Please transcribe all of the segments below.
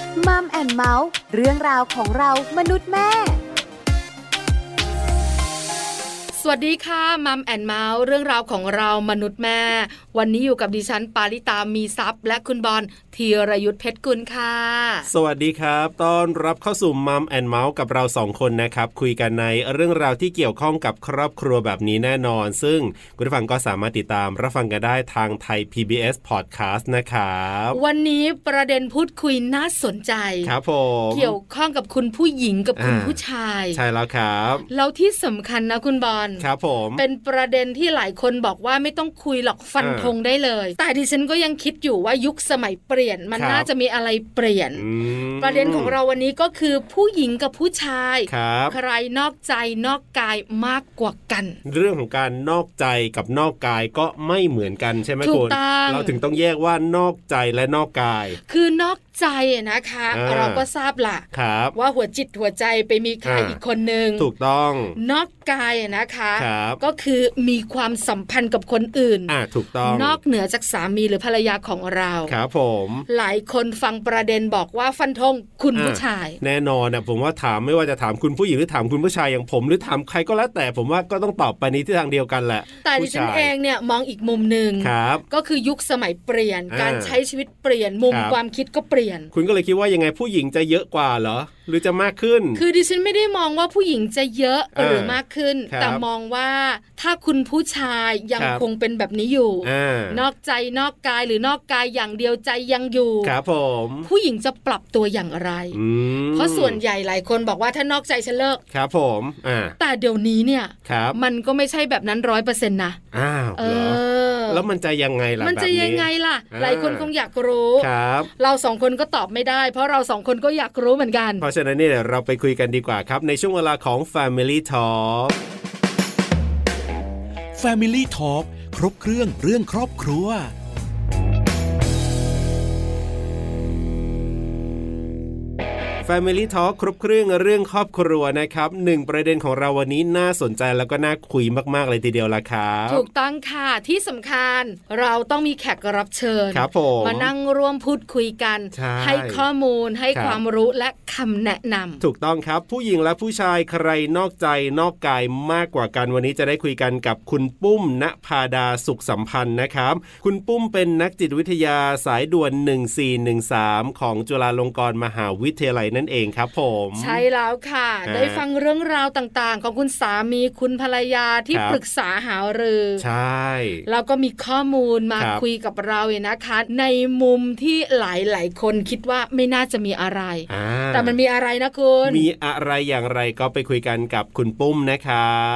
มัมแอนด์เมาส์เรื่องราวของเรามนุษย์แม่สวัสดีค่ะมัมแอนเมาส์เรื่องราวของเรามนุษย์แม่วันนี้อยู่กับดิฉันปาริตามีทรัพย์และคุณบอลธีรยุทธเพชรกุลค่ะสวัสดีครับต้อนรับเข้าสู่มัมแอนเมาส์กับเรา2คนนะครับคุยกันในเรื่องราวที่เกี่ยวข้องกับครอบครัวแบบนี้แน่นอนซึ่งคุณผู้ฟังก็สามารถติดตามรับฟังกันได้ทางไทย PBS Podcast นะครับวันนี้ประเด็นพูดคุยน่าสนใจครับผมเกี่ยวข้องกับคุณผู้หญิงกับคุณผู้ชายใช่แล้วครับแล้วที่สำคัญนะคุณบอลครับผมเป็นประเด็นที่หลายคนบอกว่าไม่ต้องคุยหรอกฟันธงได้เลยแต่ดิฉันก็ยังคิดอยู่ว่ายุคสมัยเปลี่ยนมันน่าจะมีอะไรเปลี่ยนประเด็นของเราวันนี้ก็คือผู้หญิงกับผู้ชายใครนอกใจนอกกายมากกว่ากันเรื่องของการนอกใจกับนอกกายก็ไม่เหมือนกันใช่ไหมคุณเราถึงต้องแยกว่านอกใจและนอกกายคือนอกใจนะคะเราก็ทราบล่ะว่าหัวจิตหัวใจไปมีใครอีกคนนึงถูกต้องนอกกายนะคะก็คือมีความสัมพันธ์กับคนอื่นถูกต้องนอกเหนือจากสามีหรือภรรยาของเราครับผมหลายคนฟังประเด็นบอกว่าฟันธงคุณผู้ชายแน่นอนนะผมว่าถามไม่ว่าจะถามคุณผู้หญิงหรือถามคุณผู้ชายอย่างผมหรือถามใครก็แล้วแต่ผมว่าก็ต้องตอบไปในทิศทางเดียวกันแหละแต่ดิฉันเองเนี่ยมองอีกมุมนึงก็คือยุคสมัยเปลี่ยนการใช้ชีวิตเปลี่ยนมุมความคิดก็เปลี่ยนคุณก็เลยคิดว่ายังไงผู้หญิงจะเยอะกว่าเหรอหรือจะมากขึ้นคือดิฉันไม่ได้มองว่าผู้หญิงจะเยอะหรือมากขึ้นแต่มองว่าถ้าคุณผู้ชายยังคงเป็นแบบนี้อยู่นอกใจนอกกายหรือนอกกายอย่างเดียวใจยังอยู่ครับผมผู้หญิงจะปรับตัวอย่างไรเพราะส่วนใหญ่หลายคนบอกว่าถ้านอกใจฉันเลิกครับผมแต่เดี๋ยวนี้เนี่ยมันก็ไม่ใช่แบบนั้น 100% นะแล้วมันจะยังไงล่ะมันจะยังไงล่ะหลายคนคงอยากรู้เรา2คนก็ตอบไม่ได้เพราะเรา2คนก็อยากรู้เหมือนกันเพราะฉะนั้นเนี่ยเราไปคุยกันดีกว่าครับในช่วงเวลาของ Family Talk Family Talk ครบเครื่องครอบครัว Family Talk ครบเครื่องครอบครัวนะครับ1ประเด็นของเราวันนี้น่าสนใจแล้วก็น่าคุยมากๆเลยทีเดียวละครับถูกต้องค่ะที่สำคัญเราต้องมีแขกรับเชิญครับผมมานั่งร่วมพูดคุยกันให้ข้อมูลให้ความรู้และคำแนะนำถูกต้องครับผู้หญิงและผู้ชายใครนอกใจนอกกายมากกว่ากันวันนี้จะได้คุยกันกับคุณปุ้มณภาดาสุขสัมพันธ์นะครับคุณปุ้มเป็นนักจิตวิทยาสายด่วน1413ของจุฬาลงกรณ์มหาวิทยาลัยนั่นเองครับผมใช่แล้วค่ะได้ฟังเรื่องราวต่างๆของคุณสามีคุณภรรยาที่ปรึกษาหารือใช่แล้วก็มีข้อมูลมาคุยกับเราเนี่ยนะคะในมุมที่หลายๆคนคิดว่าไม่น่าจะมีอะไรแต่มันมีอะไรนะคุณมีอะไรอย่างไรก็ไปคุยกันกับคุณปุ้มนะครับ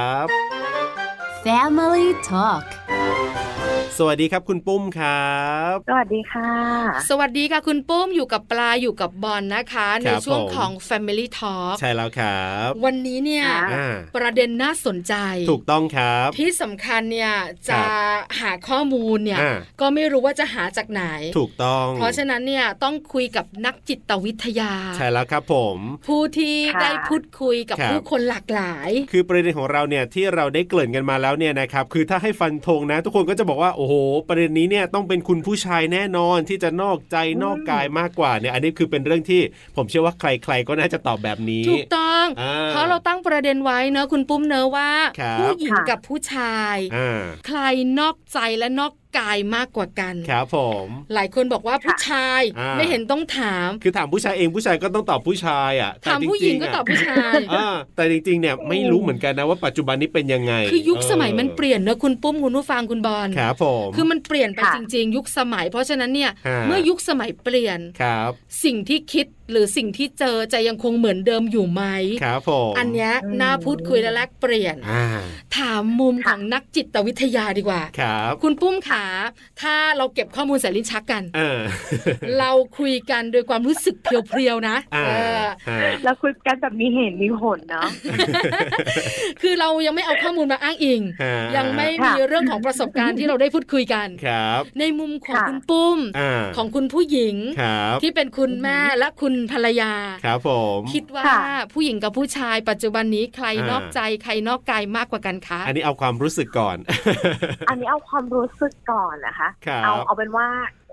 Family Talk สวัสดีครับคุณปุ้มครับสวัสดีค่ะสวัสดีค่ะคุณปุ้มอยู่กับปลาอยู่กับบอลนะคะในช่วงของ Family Talk ใช่แล้วครับวันนี้เนี่ยประเด็นน่าสนใจถูกต้องครับที่สำคัญเนี่ยจะหาข้อมูลเนี่ยก็ไม่รู้ว่าจะหาจากไหนถูกต้องเพราะฉะนั้นเนี่ยต้องคุยกับนักจิตวิทยาใช่แล้วครับผมผู้ที่ได้พูดคุยกับผู้คนหลากหลายคือประเด็นของเราเนี่ยที่เราได้เกริ่นกันมาแล้วเนี่ยนะครับคือถ้าให้ฟันธงนะทุกคนก็จะบอกว่าโอ้โหประเด็นนี้เนี่ยต้องเป็นคุณผู้ชายแน่นอนที่จะนอกใจนอกกายมากกว่าเนี่ยอันนี้คือเป็นเรื่องที่ผมเชื่อว่าใครๆก็น่าจะตอบแบบนี้ถูกต้องเพราะเราตั้งประเด็นไว้เนอะคุณปุ้มเนอะว่าผู้หญิงกับผู้ชายใครนอกใจและนอกกายมากกว่ากันครับผมหลายคนบอกว่าผู้ชายไม่เห็นต้องถามคือถามผู้ชายเองผู้ชายก็ต้องตอบผู้ชายอ่ะถามผู้หญิงก็ตอบผู้ชายแต่จริงๆเนี่ยไม่รู้เหมือนกันนะว่าปัจจุบันนี้เป็นยังไงคือยุคสมัยมันเปลี่ยนนะคุณปุ้มคุณผู้ฟังคุณบอลครับผมคือมันเปลี่ยนไปจริงๆยุคสมัยเพราะฉะนั้นเนี่ยเมื่อยุคสมัยเปลี่ยนสิ่งที่คิดหรือสิ่งที่เจอจะยังคงเหมือนเดิมอยู่ไหมครับผมอันเนี้ยน่าพูดคุยและแลกเปลี่ยนถามมุมของนักจิตวิทยาดีกว่าครับคุณปุ้มขาถ้าเราเก็บข้อมูลใส่ลิ้นชักกันเราคุยกันโดยความรู้สึกเพียวๆนะเราคุยกันแบบมีเหตุมีผลเนาะคือเรายังไม่เอาข้อมูลมาอ้างอิงยังไม่มีเรื่องของประสบการณ์ที่เราได้พูดคุยกันในมุมของคุณปุ้มของคุณผู้หญิงที่เป็นคุณแม่และคุณภรรยาครับผมคิดว่าผู้หญิงกับผู้ชายปัจจุบันนี้ใครนอกใจใครนอกกายมากกว่ากันคะอันนี้เอาความรู้สึกก่อนอันนี้เอาความรู้สึกก่อนนะคะเอาเป็นว่า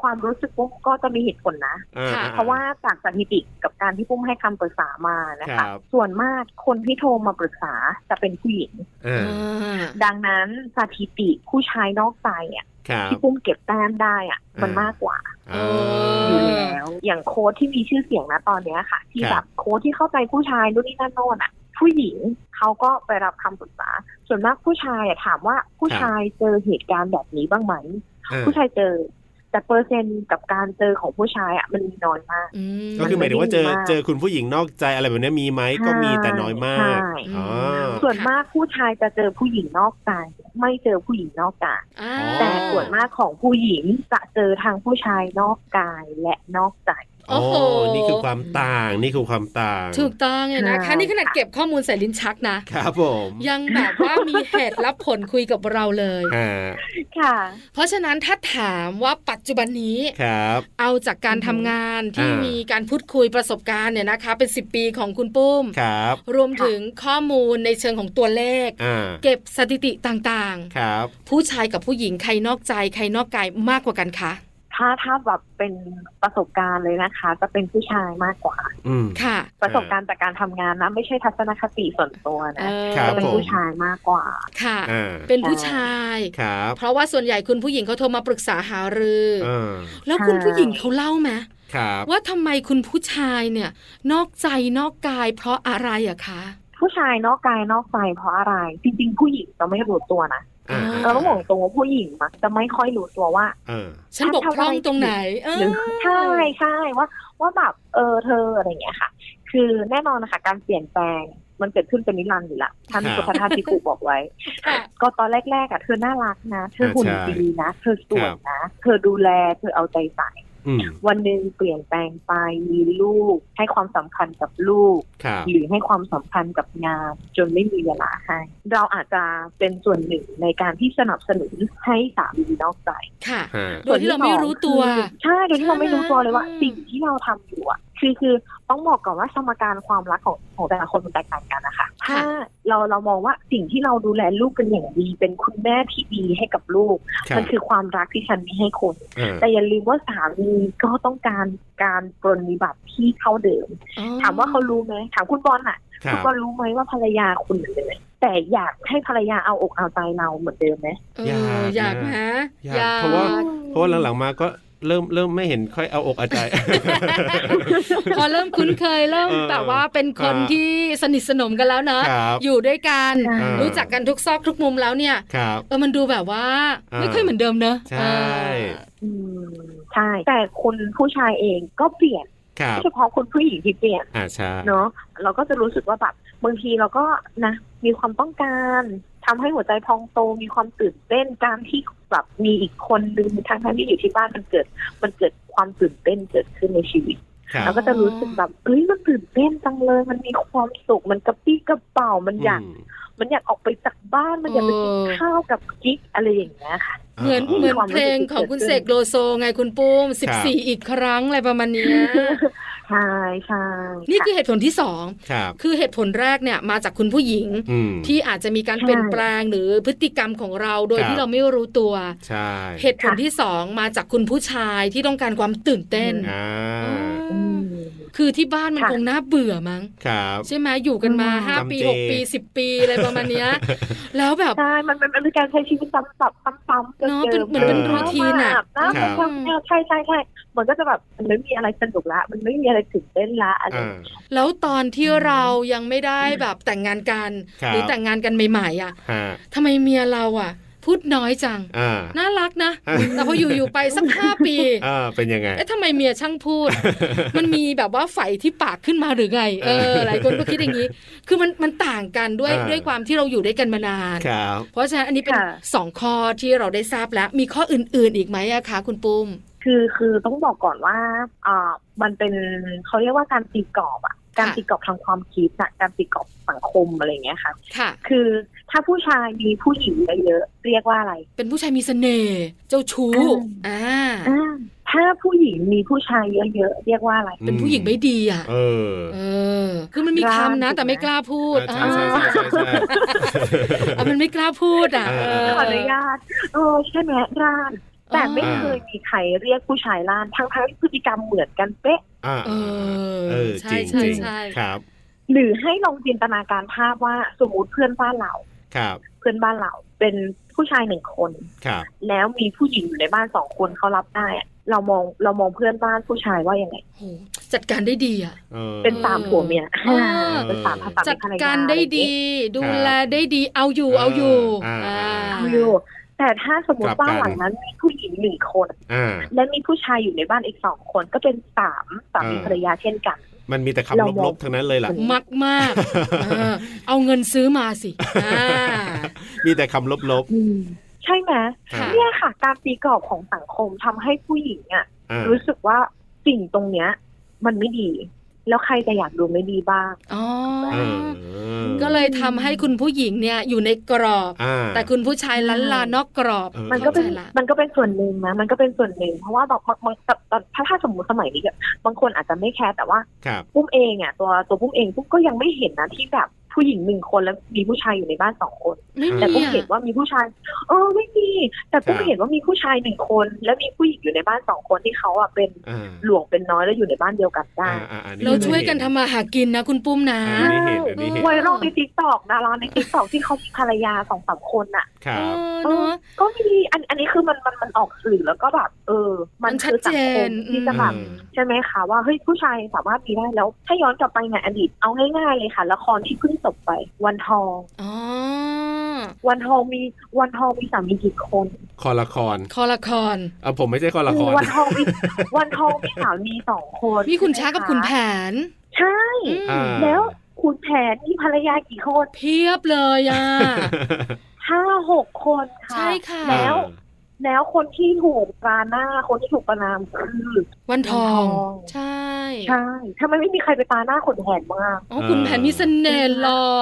ความรู้สึกปุ้มก็จะมีเหตุผลนะ เพราะว่าจากสถิติกับการที่ปุ้มให้คำปรึกษามานะคะส่วนมากคนที่โทรมาปรึกษาจะเป็นผู้หญิงดังนั้นสถิติผู้ชายนอกใจอ่ะที่ปุ้มเก็บแต้มได้อ่ะมันมากกว่าอยู่แล้วอย่างโค้ชที่มีชื่อเสียงนะตอนนี้ค่ะที่แบบโค้ชที่เข้าใจผู้ชายนู่นนี่นั่นโน่นอ่ะผู้หญิงเขาก็ไปรับคำปรึกษาส่วนมากผู้ชายถามว่าผู้ชายเจอเหตุการณ์แบบนี้บ้างไหมผู้ชายเจอแต่เปอร์เซ็นต์กับการเจอของผู้ชายมันน้อยมากก็คือหมายถึงว่าเจอคุณผู้หญิงนอกใจอะไรแบบนี้มีไหมก็มีแต่น้อยมากส่วนมากผู้ชายจะเจอผู้หญิงนอกใจไม่เจอผู้หญิงนอกกายแต่ส่วนมากของผู้หญิงจะเจอทางผู้ชายนอกกายและนอกใจโอ้โหนี่คือความต่างถูกต้องเนี่ยนะคะนี่ขนาดเก็บข้อมูลใส่ลิ้นชักนะครับผมยังแบบว่ามีเหตุและผลคุยกับเราเลยค่ะเพราะฉะนั้นถ้าถามว่าปัจจุบันนี้เอาจากการทำงานที่มีการพูดคุยประสบการณ์เนี่ยนะคะเป็น10 ปีของคุณปุ้มรวมถึงข้อมูลในเชิงของตัวเลขเก็บสถิติต่างๆผู้ชายกับผู้หญิงใครนอกใจใครนอกกายมากกว่ากันคะถ้าแบบเป็นประสบการณ์เลยนะคะจะเป็นผู้ชายมากกว่าค่ะประสบการณ์จากการทำงานนะไม่ใช่ทัศนคติส่วนตัวนะจะเป็นผู้ชายมากกว่าค่ะเป็นผู้ชายเพราะว่าส่วนใหญ่คุณผู้หญิงเขาโทรมาปรึกษาหารือแล้วคุณผู้หญิงเขาเล่าไหมว่าทำไมคุณผู้ชายเนี่ยนอกใจนอกกายเพราะอะไรอะคะผู้ชายนอกกายนอกใจเพราะอะไรจริงๆผู้หญิงจะไม่รู้ตัวนะเราต้องบอกตรงว่าผู้หญิงมักจะไม่ค่อยรู้ตัวว่าฉันบกพร่องตรงไหนใช่ว่าแบบเธออะไรอย่างเงี้ยค่ะคือแน่นอนนะคะการเปลี่ยนแปลงมันเกิดขึ้นเป็นนิรันดร์อยู่ละท่านสุภาพที่ครูบอกไว้ก็ตอนแรกๆเธอน่ารักนะเธอหุ่นดีนะเธอสวยนะเธอดูแลเธอเอาใจใส่วันหนึ่งเปลี่ยนแปลงไปมีลูกให้ความสำคัญกับลูกหรือให้ความสำคัญกับงานจนไม่มีเวลาให้เราอาจจะเป็นส่วนหนึ่งในการที่สนับสนุนให้สามีนอกใจค่ะโดยที่เราไม่รู้ตัวใช่โดยที่เราไม่รู้ตัวเลยว่าสิ่งที่เราทำอยู่คือต้องบอกก่อนว่าสมการความรักของแต่ละคนมันแตกต่างกันนะคะถ้าเรามองว่าสิ่งที่เราดูแลลูกเป็นอย่างดีเป็นคุณแม่ที่ดีให้กับลูกมันคือความรักที่ฉันมีให้คนแต่อย่าลืมว่าสามีก็ต้องการปรนนิบัติที่เท่าเดิมถามว่าเขารู้ไหมถามคุณบอลคุณบอลรู้ไหมว่าภรรยาคุณเหมือนเดิมแต่อยากให้ภรรยาเอาอกเอาใจเราเหมือนเดิมไหมอยากนะเพราะว่าหลังๆมาก็เริ่มไม่เห็นค่อยเอาอกเอาใจพอเริ่มคุ้นเคยเริ่มแบบว่าเป็นคนที่สนิทสนมกันแล้วเนอะอยู่ด้วยกันรู้จักกันทุกซอกทุกมุมแล้วเนี่ยมันดูแบบว่าไม่ค่อยเหมือนเดิมเนอะใช่แต่คนผู้ชายเองก็เปลี่ยนเฉพาะคนผู้หญิงที่เปลี่ยนเนาะเราก็จะรู้สึกว่าแบบบางทีเราก็นะมีความต้องการทำให้หัวใจพองโตมีความตื่นเต้นการที่แบบมีอีกคนนึงทั้งที่อยู่ที่บ้านมันเกิดความตื่นเต้นเกิดขึ้นในชีวิตเราก็จะรู้สึกแบบมันตื่นเต้นจังเลยมันมีความสุขมันกระปี้กระเป๋ามันอยากออกไปจากบ้านมันอยากไปกินข้าวกับกิ๊กอะไรอย่างเงี้ยค่ะเหมือนเพลงของคุณเสกโลโซไงคุณปุ้ม14อีกครั้งอะไรประมาณนี้ใช่นี่คือเหตุผลที่2คือเหตุผลแรกเนี่ยมาจากคุณผู้หญิงที่อาจจะมีการเปลี่ยนแปลงหรือพฤติกรรมของเราโดยที่เราไม่รู้ตัวเหตุผลที่2มาจากคุณผู้ชายที่ต้องการความตื่นเต้นคือที่บ้านมันคงน่าเบื่อมั้งใช่ไหมอยู่กันมา5 ปี 6 ปี 10 ปีอะไรประมาณนี้แล้วแบบใช่มันเป็นการใช้ชีวิตซ้ำๆเนาะเหมือนเป็นรูทีนอะใช่มันก็จะแบบมันไม่มีอะไรสนุกละมันไม่มีอะไรตื่นเต้นละอะไรแล้วตอนที่เรายังไม่ได้แบบแต่งงานกันหรือแต่งงานกันใหม่ๆอะทำไมเมียเราอะพูดน้อยจังน่ารักนะแต่พออยู่ไปสัก5 ปีเป็นยังไงทำไมเมียช่างพูด มันมีแบบว่าไฝที่ปากขึ้นมาหรือไงหลายคนก็คิดอย่างนี้คือมันต่างกันด้วยความที่เราอยู่ด้วยกันมานานเพราะฉะนั้นอันนี้เป็น2ข้อที่เราได้ทราบแล้วมีข้ออื่นๆอีกไหมอะคะคุณปุ้มคือต้องบอกก่อนว่ามันเป็นเขาเรียกว่าการตีกรอบการตีกรอบทางความคิดการตีกรอบสังคมอะไรอย่างเงี้ยค่ะคือถ้าผู้ชายมีผู้หญิงเยอะเรียกว่าอะไรเป็นผู้ชายมีเสน่ห์เจ้าชู้ถ้าผู้หญิงมีผู้ชายเยอะๆเรียกว่าอะไรเป็นผู้หญิงไม่ดีคือมันมีคำนะแต่ไม่กล้าพูดมันไม่กล้าพูดขออนุญาตใช่ไหมร้านแต่ไม่เคยมีใครเรียกผู้ชายล่านทั้งที่พฤติกรรมเหมือนกันเป๊ะใช่ใช่ใช่ครับหรือให้ลองจินตนาการภาพว่าสมมติเพื่อนบ้านเราเพื่อนบ้านเราเป็นผู้ชาย1 คนแล้วมีผู้หญิงอยู่ในบ้าน2 คนเขารับได้เรามองเพื่อนบ้านผู้ชายว่ายังไงจัดการได้ดีอ่ะเป็น3 ผัวเมียเป็น3 ภาษาจัดการได้ดีดูแลได้ดีเอาอยู่แต่ถ้าสมมติบ้านหลังนั้นมีผู้หญิง1 คนและมีผู้ชายอยู่ในบ้านอีก2 คนก็เป็น3 สามีภรรยาเช่นกันมันมีแต่คำลบๆทั้งนั้นเลยล่ะมากเอาเงินซื้อมาสิมีแต่คำลบใช่ไหมเนี่ยค่ะการตีกรอบของสังคมทำให้ผู้หญิงรู้สึกว่าสิ่งตรงเนี้ยมันไม่ดีแล้วใครจะอยากดูไม่ดีบ้างก็เลยทำให้คุณผู้หญิงเนี่ยอยู่ในกรอบแต่คุณผู้ชายลั้นลานอกกรอบมันก็เป็นส่วนหนึ่งนะมันก็เป็นส่วนหนึ่งเพราะว่าบางถ้าสมมติสมัยนี้บางคนอาจจะไม่แคร์แต่ว่าปุ้มเองตัวปุ้มเองปุ้มก็ยังไม่เห็นนะที่แบบผู้หญิง1 คนแล้วมีผู้ชายอยู่ในบ้าน2 คนแต่ปุ้มเห็นว่ามีผู้ชายไม่มีแต่ปุ้มเห็นว่ามีผู้ชาย1 คนแล้วมีผู้หญิงอยู่ในบ้าน2 คนที่เขาเป็นหลวงเป็นน้อยแล้วอยู่ในบ้านเดียวกันได้เราช่วยกันทำมาหากินนะคุณปุ้มนะไวรัลใน TikTok ดาราใน TikTok ที่เขามีภรรยา 2-3 คนน่ะก็มีอันนี้คือมันออกสื่อแล้วก็แบบมันคือสังคมที่จะแบบใช่ไหมคะว่าเฮ้ยผู้ชายสามารถมีได้แล้วถ้าย้อนกลับไปในอดีตเอาง่ายๆเลยค่ะละครที่เพิ่งจบไปวันทองวันทองมีสามีกี่คนคอละครผมไม่ใช่คอละครวันทองมีสามี2 คนมีคุณช้ากับคุณแผนใช่แล้วคุณแผนมีภรรยากี่คนเพียบเลย 5-6 คนค่ะใช่ค่ะแล้วคนที่ถูกปราหน้าคนที่ถูกประนามคือวันทองใช่ทำไมไม่มีใครไปปราหน้าคุณแผนบ้างคุณแผนมีเสน่ห์หรอ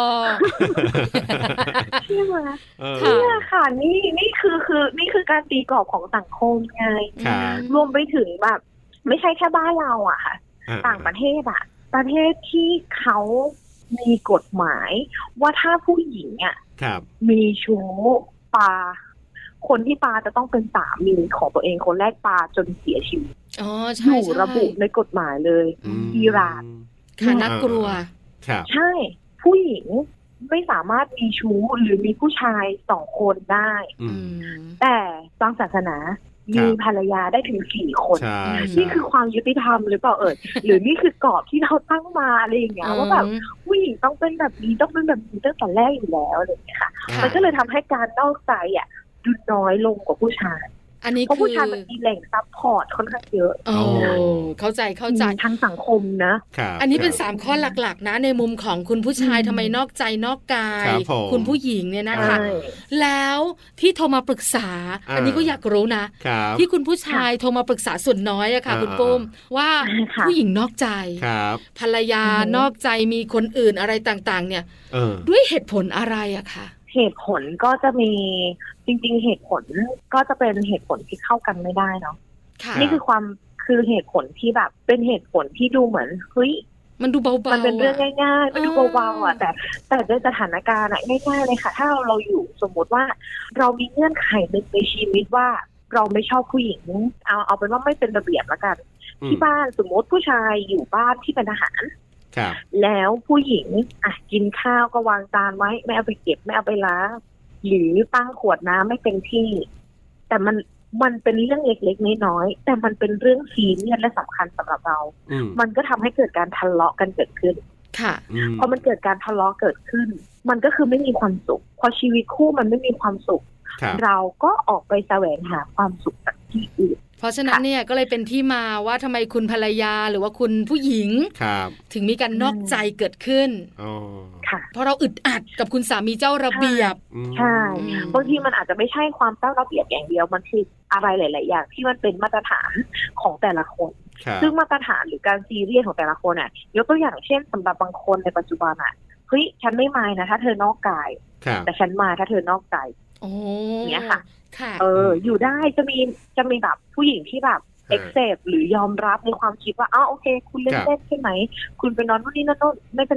ใช่ไหมเนี่ยค่ะนี่คือการตีกรอบของสังคมไงรวมไปถึงแบบไม่ใช่แค่บ้านเราอะค่ะต่างประเทศอะประเทศที่เขามีกฎหมายว่าถ้าผู้หญิงอะมีชู้ปาคนที่ปาจะต้องเป็นสามีของตัวเองคนแรกปาจนเสียชีวิตอยู่ระบุในกฎหมายเลยอิหร่านค่ะน่ากลัวใช่ผู้หญิงไม่สามารถมีชู้หรือมีผู้ชาย2 คนได้แต่บางศาสนามีภรรยาได้ถึง4 คนนี่คือความยุติธรรมหรือเปล่าหรือนี่คือกรอบที่เราตั้งมาอะไรอย่างเงี้ยว่าแบบผู้หญิงต้องเป็นแบบนี้ต้องเป็นแบบนี้ตั้งแต่แรกอยู่แล้วอะไรอย่างเงี้ยค่ะมันก็เลยทำให้การนอกใจดูน้อยลงกว่าผู้ชายเพราะผู้ชายมันมีแหล่งซัพพอร์ตค่อนข้างเยอะเข้าใจทางสังคมนะอันนี้เป็น3 ข้อหลักๆนะในมุมของคุณผู้ชายทำไมนอกใจนอกกายคุณผู้หญิงเนี่ยนะคะแล้วที่โทรมาปรึกษาอันนี้ก็อยากรู้นะที่คุณผู้ชายโทรมาปรึกษาส่วนน้อยอะค่ะคุณปุ้มว่าผู้หญิงนอกใจภรรยานอกใจมีคนอื่นอะไรต่างๆเนี่ยด้วยเหตุผลอะไรอะคะเหตุผลก็จะมีจริงๆเหตุผลก็จะเป็นเหตุผลที่เข้ากันไม่ได้เนาะนี่คือเหตุผลที่แบบเป็นเหตุผลที่ดูเหมือนเฮ้ยมันดูเบาๆมันเป็นเรื่องง่ายๆมันดูเบาๆแต่ด้วยสถานการณ์ง่ายๆเลยค่ะถ้าเราอยู่สมมติว่าเรามีเงื่อนไขในชีวิตว่าเราไม่ชอบผู้หญิงเอาเป็นว่าไม่เป็นระเบียบละกันที่บ้านสมมติผู้ชายอยู่บ้านที่เป็นทหารแล้วผู้หญิงกินข้าวก็วางจานไว้ไม่เอาไปเก็บไม่เอาไปล้างหรือตั้งขวดน้ำไม่เป็นที่แต่มันเป็นเรื่องเล็กๆน้อยๆแต่มันเป็นเรื่องซีเรียสและสำคัญสำหรับเรามันก็ทำให้เกิดการทะเลาะกันเกิดขึ้นพอมันเกิดการทะเลาะเกิดขึ้นมันก็คือไม่มีความสุขพอชีวิตคู่มันไม่มีความสุขเราก็ออกไปแสวงหาความสุขจากที่อื่นเพราะฉะนั้นเนี่ยก็เลยเป็นที่มาว่าทำไมคุณภรรยาหรือว่าคุณผู้หญิงถึงมีการนอกใจเกิดขึ้นเพราะเราอึดอัดกับคุณสามีเจ้าระเบียบใช่บางทีมันอาจจะไม่ใช่ความเจ้าระเบียบอย่างเดียวมันคืออะไรหลายๆอย่างที่มันเป็นมาตรฐานของแต่ละคนซึ่งมาตรฐานหรือการซีเรียสของแต่ละคนยกตัวอย่างเช่นสำหรับบางคนในปัจจุบันเฮ้ยฉันไม่มายนะถ้าเธอนอกกายแต่ฉันมาถ้าเธอนอกใจเนี้ยค่ะอยู่ได้จะมีแบบผู้หญิงที่แบบ accept หรือยอมรับในความคิดว่าโอเคคุณเล่นใช่ไหมคุณไปนอนนู่นนี่นั่นไม่เป็นไร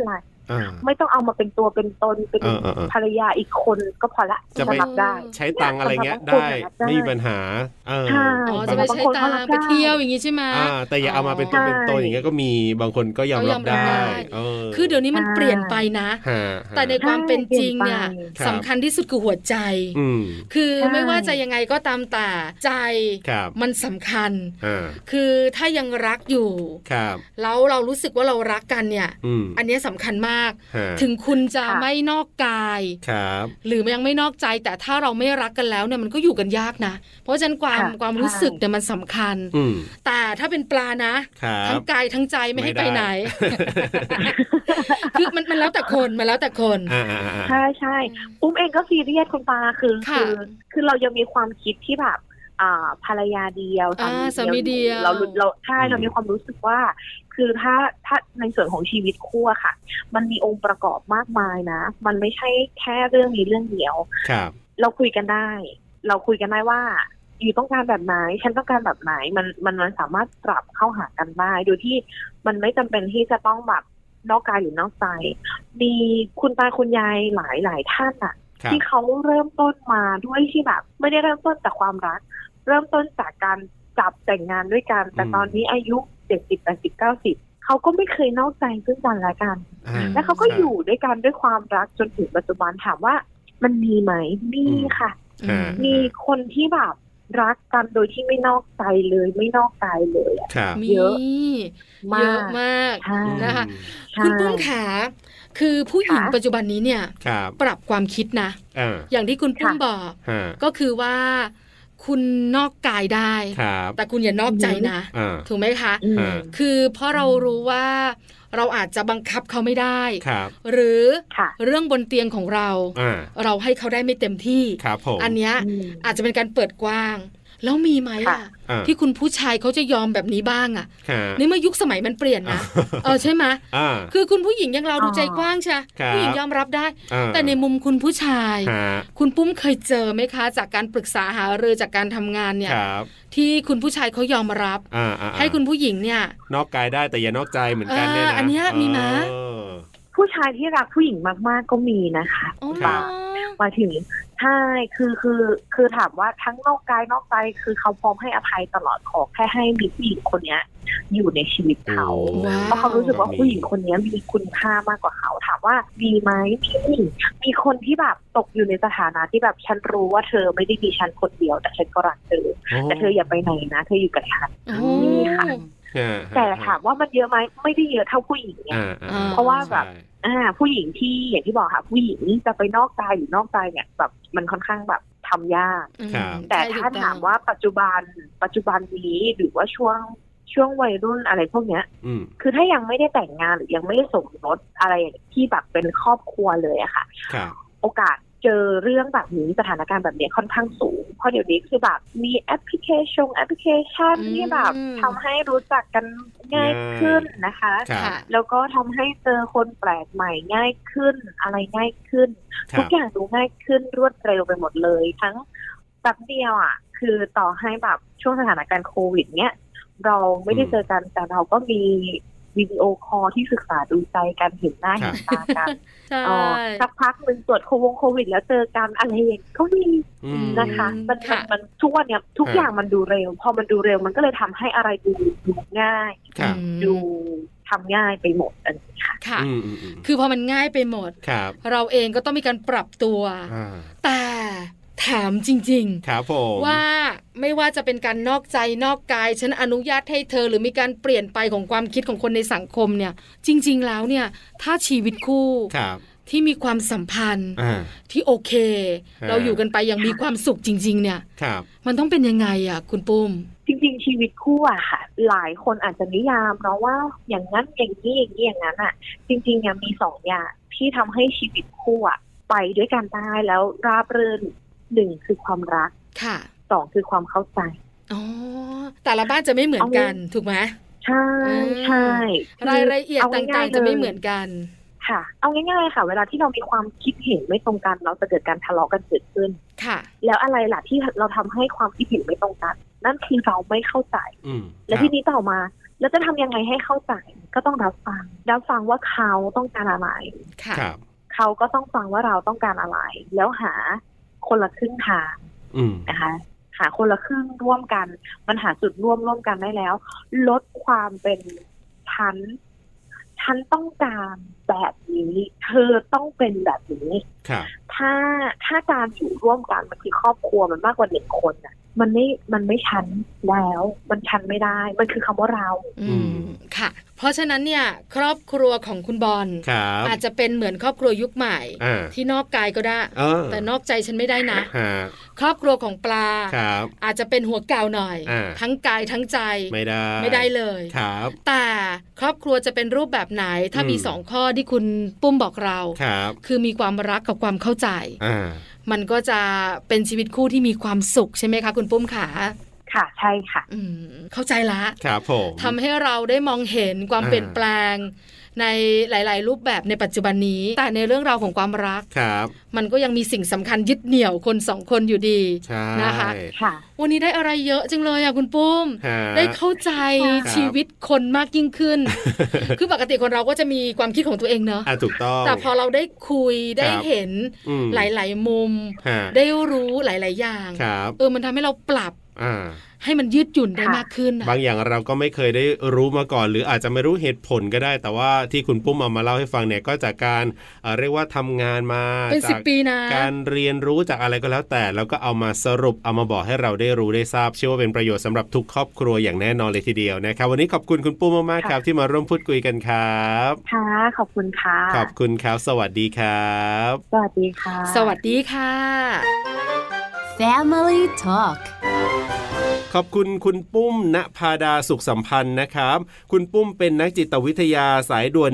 ไม่ต้องเอามาเป็นตัวเป็นตนเป็นภรรยาอีกคนก็พอละจะไปได้ใช้ตังอะไรเงี้ยได้ไม่มีปัญหาจะไปใช้ตังไปเที่ยวอย่างงี้ใช่ไหมแต่อย่าเอามาเป็นตัวเป็นตนอย่างเงี้ยก็มีบางคนก็ยอมรับได้คือเดี๋ยวนี้มันเปลี่ยนไปนะแต่ในความเป็นจริงเนี่ยสำคัญที่สุดคือหัวใจคือไม่ว่าจะยังไงก็ตามแต่ใจมันสำคัญคือถ้ายังรักอยู่แล้วเรารู้สึกว่าเรารักกันเนี่ยอันนี้สำคัญมากถึงคุณจะไม่นอกกายหรือยังไม่นอกใจแต่ถ้าเราไม่รักกันแล้วเนี่ยมันก็อยู่กันยากนะเพราะฉะนั้นความรู้สึกเนี่ยมันสำคัญแต่ถ้าเป็นปลานะทั้งกายทั้งใจไม่ให้ไปไหนคือมันแล้วแต่คนใช่ใช่อุ้มเองก็ซีเรียสคุณปาคือเรายังมีความคิดที่แบบภรรยาเดียวสามีเดียวเราใช่เรามีความรู้สึกว่าคือถ้าในส่วนของชีวิตคู่ค่ะมันมีองค์ประกอบมากมายนะมันไม่ใช่แค่เรื่องนี้เรื่องเดียวเราคุยกันได้ว่าอยู่ต้องการแบบไหนฉันต้องการแบบไหนมันสามารถปรับเข้าหากันได้โดยที่มันไม่จำเป็นที่จะต้องแบบนอกกายหรือนอกใจมีคุณตาคุณยายหลายท่านอะที่เขาเริ่มต้นมาด้วยที่แบบไม่ได้เริ่มต้นจากความรักเริ่มต้นจากการจับแต่งงานด้วยกันแต่ตอนนี้อายุ70 80 90เขาก็ไม่เคยนอกใจซึ่งกันและกันและเขาก็อยู่ด้วยกันด้วยความรักจนถึงปัจจุบันถามว่ามันมีไหมมีค่ะมีคนที่แบบรักกันโดยที่ไม่นอกใจเลยไม่นอกกายเลยเยอะมากนะคะคุณปุ้มขาคือผู้หญิงปัจจุบันนี้เนี่ยปรับความคิดนะอย่างที่คุณปุ้มบอกก็คือว่าคุณนอกกายได้แต่คุณอย่านอกใจนะถูกไหมคะคือเพราะเรารู้ว่าเราอาจจะบังคับเขาไม่ได้หรือเรื่องบนเตียงของเราให้เขาได้ไม่เต็มที่อันเนี้ยอาจจะเป็นการเปิดกว้างแล้วมีไหมที่คุณผู้ชายเขาจะยอมแบบนี้บ้างนี่เมื่อยุคสมัยมันเปลี่ยนนะใช่ไหมคือคุณผู้หญิงยังเราดูใจกว้างใช่ผู้หญิงยอมรับได้แต่ในมุมคุณผู้ชายคุณปุ้มเคยเจอไหมคะจากการปรึกษาหารือจากการทำงานเนี่ยที่คุณผู้ชายเขายอมรับให้คุณผู้หญิงเนี่ยนอกกายได้แต่อย่านอกใจเหมือนกันเนี่ยนะอันนี้มีมั้ยผู้ชายที่รักผู้หญิงมากๆก็มีนะคะมาถึงใช่คือถามว่าทั้งนอกกายนอกใจคือเขาพร้อมให้อภัยตลอดขอแค่ให้มีผู้หญิงคนนี้อยู่ในชีวิตเขาเพราะเขารู้สึกว่าผู้หญิงคนนี้มีคุณค่ามากกว่าเขาถามว่ามีไหมมีคนที่แบบตกอยู่ในสถานะที่แบบฉันรู้ว่าเธอไม่ได้มีฉันคนเดียวแต่ฉันก็รักเธอแต่เธออย่าไปไหนนะเธออยู่กับฉันนี่ค่ะแต่ถามว่ามันเยอะไหมไม่ได้เยอะเท่าผู้หญิงเนี่ยเพราะว่าแบบผู้หญิงที่อย่างที่บอกค่ะผู้หญิงจะไปนอกใจหรือนอกใจเนี่ยแบบมันค่อนข้างแบบทำยากแต่ถ้าถามว่าปัจจุบันนี้หรือว่าช่วงวัยรุ่นอะไรพวกเนี้ยคือถ้ายังไม่ได้แต่งงานหรือยังไม่ได้สมรสอะไรที่แบบเป็นครอบครัวเลยอะค่ะโอกาสเจอเรื่องแบบนี้สถานการณ์แบบนี้ค่อนข้างสูงเพราะเดี๋ยวนี้คือแบบมีแอปพลิเคชันที่แบบทำให้รู้จักกันง่ายขึ้นนะคะแล้วก็ทำให้เจอคนแปลกใหม่ง่ายขึ้นอะไรง่ายขึ้นทุกอย่างดูง่ายขึ้นรวดเร็วไปหมดเลยทั้งแป๊บเดียวอ่ะคือต่อให้แบบช่วงสถานการณ์โควิดเนี้ยเราไม่ได้เจอกันแต่เราก็มีวิดีโอคอลที่ศึกษาดูใจกันเห็นหน้าเห็นตากันสักพักนึงตรวจโควิดแล้วเจอกันอะไรอย่างนี้ก็มีนะคะมันทุกวันเนี้ยทุกอย่างมันดูเร็วพอมันดูเร็วมันก็เลยทำให้อะไรดูง่ายดูทำง่ายไปหมดอันนี้ค่ะคือพอมันง่ายไปหมดเราเองก็ต้องมีการปรับตัวแต่ถามจริงๆว่าไม่ว่าจะเป็นการนอกใจนอกกายฉันอนุญาตให้เธอหรือมีการเปลี่ยนไปของความคิดของคนในสังคมเนี่ยจริงๆแล้วเนี่ยถ้าชีวิตคู่ที่มีความสัมพันธ์ที่โอเคเราอยู่กันไปอย่างมีความสุขจริงๆเนี่ยมันต้องเป็นยังไงอ่ะคุณปุ้มจริงๆชีวิตคู่อะค่ะหลายคนอาจจะนิยามเนาะว่าอย่างนั้นอย่างนี้อย่างนั้นอะจริงๆเนี่ยมี2อย่างที่ทำให้ชีวิตคู่อะไปด้วยกันได้แล้วราบรื่น1คือความรักค่ะ 2คือความเข้าใจแต่ละบ้านจะไม่เหมือนกันถูกไหมใช่ใช่รายละเอียดต่างๆจะไม่เหมือนกันค่ะเอาง่ายๆค่ะเวลาที่เรามีความคิดเห็นไม่ตรงกันเราจะเกิดการทะเลาะกันเกิดขึ้นค่ะแล้วอะไรล่ะที่เราทำให้ความคิดเห็นไม่ตรงกันนั่นคือเราไม่เข้าใจและที่นี้ต่อมาแล้วจะทำยังไงให้เข้าใจก็ต้องรับฟังว่าเขาต้องการอะไรเขาก็ต้องฟังว่าเราต้องการอะไรแล้วหาคนละครึ่งทางนะคะหาคนละครึ่งร่วมกันมันหาจุดร่วมกันได้แล้วลดความเป็นฉันต้องการแบบนี้เธอต้องเป็นแบบนี้ถ้าการอยู่ร่วมกันมันคือครอบครัวมันมากกว่าหนึ่งคนน่ะมันไม่ชันแล้วมันชันไม่ได้มันคือคำว่าเราค่ะเพราะฉะนั้นเนี่ยครอบครัวของคุณบอลอาจจะเป็นเหมือนครอบครัวยุคใหม่ที่นอกกายก็ได้แต่นอกใจฉันไม่ได้นะครอบครัวของปลาอาจจะเป็นหัวเก่าหน่อยทั้งกายทั้งใจไม่ได้เลยแต่ครอบครัวจะเป็นรูปแบบไหนถ้ามี2ข้อที่คุณปุ้มบอกเราคือมีความรักกับความเข้าใจมันก็จะเป็นชีวิตคู่ที่มีความสุขใช่ไหมคะคุณปุ้มขาค่ะใช่ค่ะเข้าใจละครับผมทำให้เราได้มองเห็นความเปลี่ยนแปลงในหลายๆรูปแบบในปัจจุบันนี้แต่ในเรื่องราวของความรักมันก็ยังมีสิ่งสำคัญยึดเหนี่ยวคน2คนอยู่ดีนะคะวันนี้ได้อะไรเยอะจังเลยอ่ะคุณปุ้มได้เข้าใจชีวิตคนมากยิ่งขึ้น คือปกติคนเราก็จะมีความคิดของตัวเองเนอะถูกต้องแต่พอเราได้คุยได้เห็นหลายๆมุมได้รู้หลายๆอย่างมันทำให้เราปรับให้มันยืดหยุ่นได้มากขึ้นบางอย่างเราก็ไม่เคยได้รู้มาก่อนหรืออาจจะไม่รู้เหตุผลก็ได้แต่ว่าที่คุณปุ้มเอามาเล่าให้ฟังเนี่ยก็จากการเรียกว่าทำงานมาเป็น10 ปีนะการเรียนรู้จากอะไรก็แล้วแต่แล้วก็เอามาสรุปเอามาบอกให้เราได้รู้ได้ทราบเชื่อว่าเป็นประโยชน์สำหรับทุกครอบครัวอย่างแน่นอนเลยทีเดียวนะครับวันนี้ขอบคุณคุณปุ้มมากๆครับที่มาร่วมพูดคุยกันครับค่ะขอบคุณค่ะขอบคุณครับสวัสดีครับสวัสดีค่ะสวัสดีค่ะ Family Talk ขอบคุณคุณปุ้มณภาดาสุขสัมพันธ์นะครับคุณปุ้มเป็นนักจิตวิทยาสายด่วน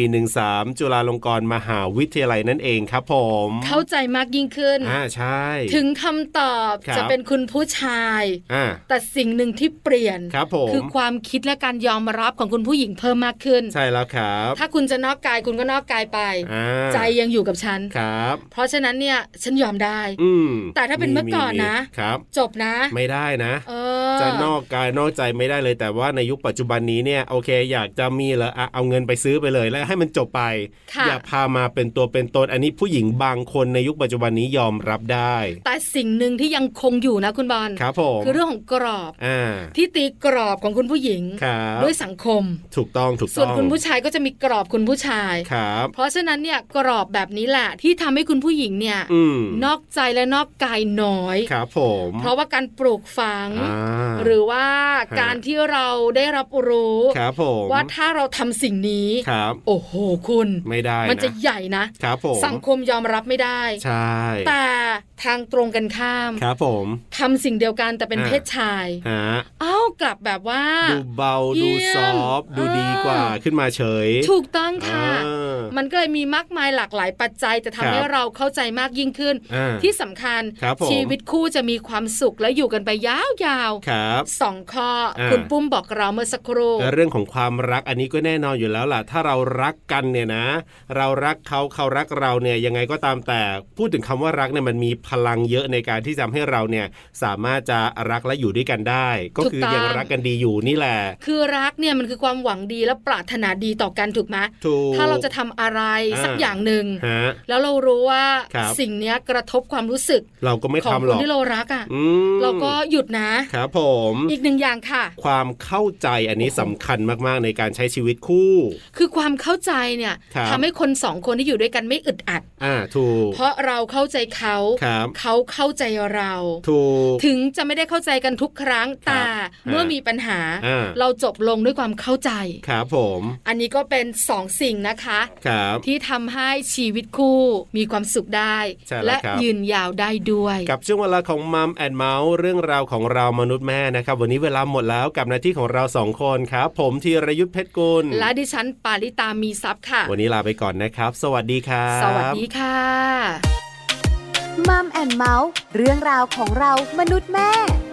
1413จุฬาลงกรณ์มหาวิทยาลัยนั่นเองครับผมเข้าใจมากยิ่งขึ้นใช่ถึงคำตอบจะเป็นคุณผู้ชายแต่สิ่งหนึ่งที่เปลี่ยนคือความคิดและการยอมรับของคุณผู้หญิงเพิ่มมากขึ้นใช่แล้วครับถ้าคุณจะนอกกายคุณก็นอกกายไปใจยังอยู่กับฉันครับเพราะฉะนั้นเนี่ยฉันยอมได้แต่ถ้าเป็นเมื่อก่อนนะจบนะไม่ได้นะจะนอกกายนอกใจไม่ได้เลยแต่ว่าในยุคปัจจุบันนี้เนี่ยโอเคอยากจะมีเหรอเอาเงินไปซื้อไปเลยแล้วให้มันจบไปอย่าพามาเป็นตัวเป็นตนอันนี้ผู้หญิงบางคนในยุคปัจจุบันนี้ยอมรับได้แต่สิ่งหนึ่งที่ยังคงอยู่นะคุณบอลครับผมคือเรื่องของกรอบที่ตีกรอบของคุณผู้หญิงด้วยสังคมถูกต้องส่วนคุณผู้ชายก็จะมีกรอบคุณผู้ชายเพราะฉะนั้นเนี่ยกรอบแบบนี้แหละที่ทำให้คุณผู้หญิงเนี่ยนอกใจและนอกกายน้อยครับผมเพราะว่าการปลูกฝังหรือว่าการที่เราได้รับรู้ว่าถ้าเราทำสิ่งนี้โอ้โหคุณไม่ได้มันจะใหญ่นะสังคมยอมรับไม่ได้ใช่แต่ทางตรงกันข้ามครับผมทำสิ่งเดียวกันแต่เป็นเพศชายกลับแบบว่าดูเบาดูซอฟดูดีกว่าขึ้นมาเฉยถูกต้องค่ะมันก็เลยมีมากมายหลากหลายปัจจัยแต่ทำให้เราเข้าใจมากยิ่งขึ้นที่สำคัญชีวิตคู่จะมีความสุขและอยู่กันไปยาวๆ2 ข้อคุณปุ้มบอกเราเมื่อสักครู่เรื่องของความรักอันนี้ก็แน่นอนอยู่แล้วล่ะถ้าเรารักกันเนี่ยนะเรารักเขารักเราเนี่ยยังไงก็ตามแต่พูดถึงคำว่ารักเนี่ยมันมีพลังเยอะในการที่จะทำให้เราเนี่ยสามารถจะรักและอยู่ด้วยกันได้ก็คือยังรักกันดีอยู่นี่แหละคือรักเนี่ยมันคือความหวังดีและปรารถนาดีต่อกันถูกไหมถ้าเราจะทำอะไรสักอย่างนึงแล้วเรารู้ว่าสิ่งนี้กระทบความรู้สึกเราก็ไม่ทำหรอกของคนที่เรารักเราก็หยุดนะครับผมอีก1อย่างค่ะความเข้าใจอันนี้สำคัญมากๆในการใช้ชีวิตคู่คือความเข้าใจเนี่ยทำให้คน2 คนที่อยู่ด้วยกันไม่อึดอัดถูกเพราะเราเข้าใจเขาเข้าใจเราถูกถึงจะไม่ได้เข้าใจกันทุกครั้งแต่เมื่อมีปัญหาเราจบลงด้วยความเข้าใจครับผมอันนี้ก็เป็น2 สิ่งนะคะที่ทำให้ชีวิตคู่มีความสุขได้และยืนยาวได้ด้วยกับช่วงเวลาของมัมแอนด์เมาส์เรื่องราวของเรามนุษย์แม่นะครับวันนี้เวลาหมดแล้วกับหน้าที่ของเรา2 คนครับผมธีรยุทธเพชรกุลและดิฉันปาริตามีทรัพย์ค่ะวันนี้ลาไปก่อนนะครับสวัสดีครับสวัสดีค่ะมัมแอนด์เมาส์เรื่องราวของเรามนุษย์แม่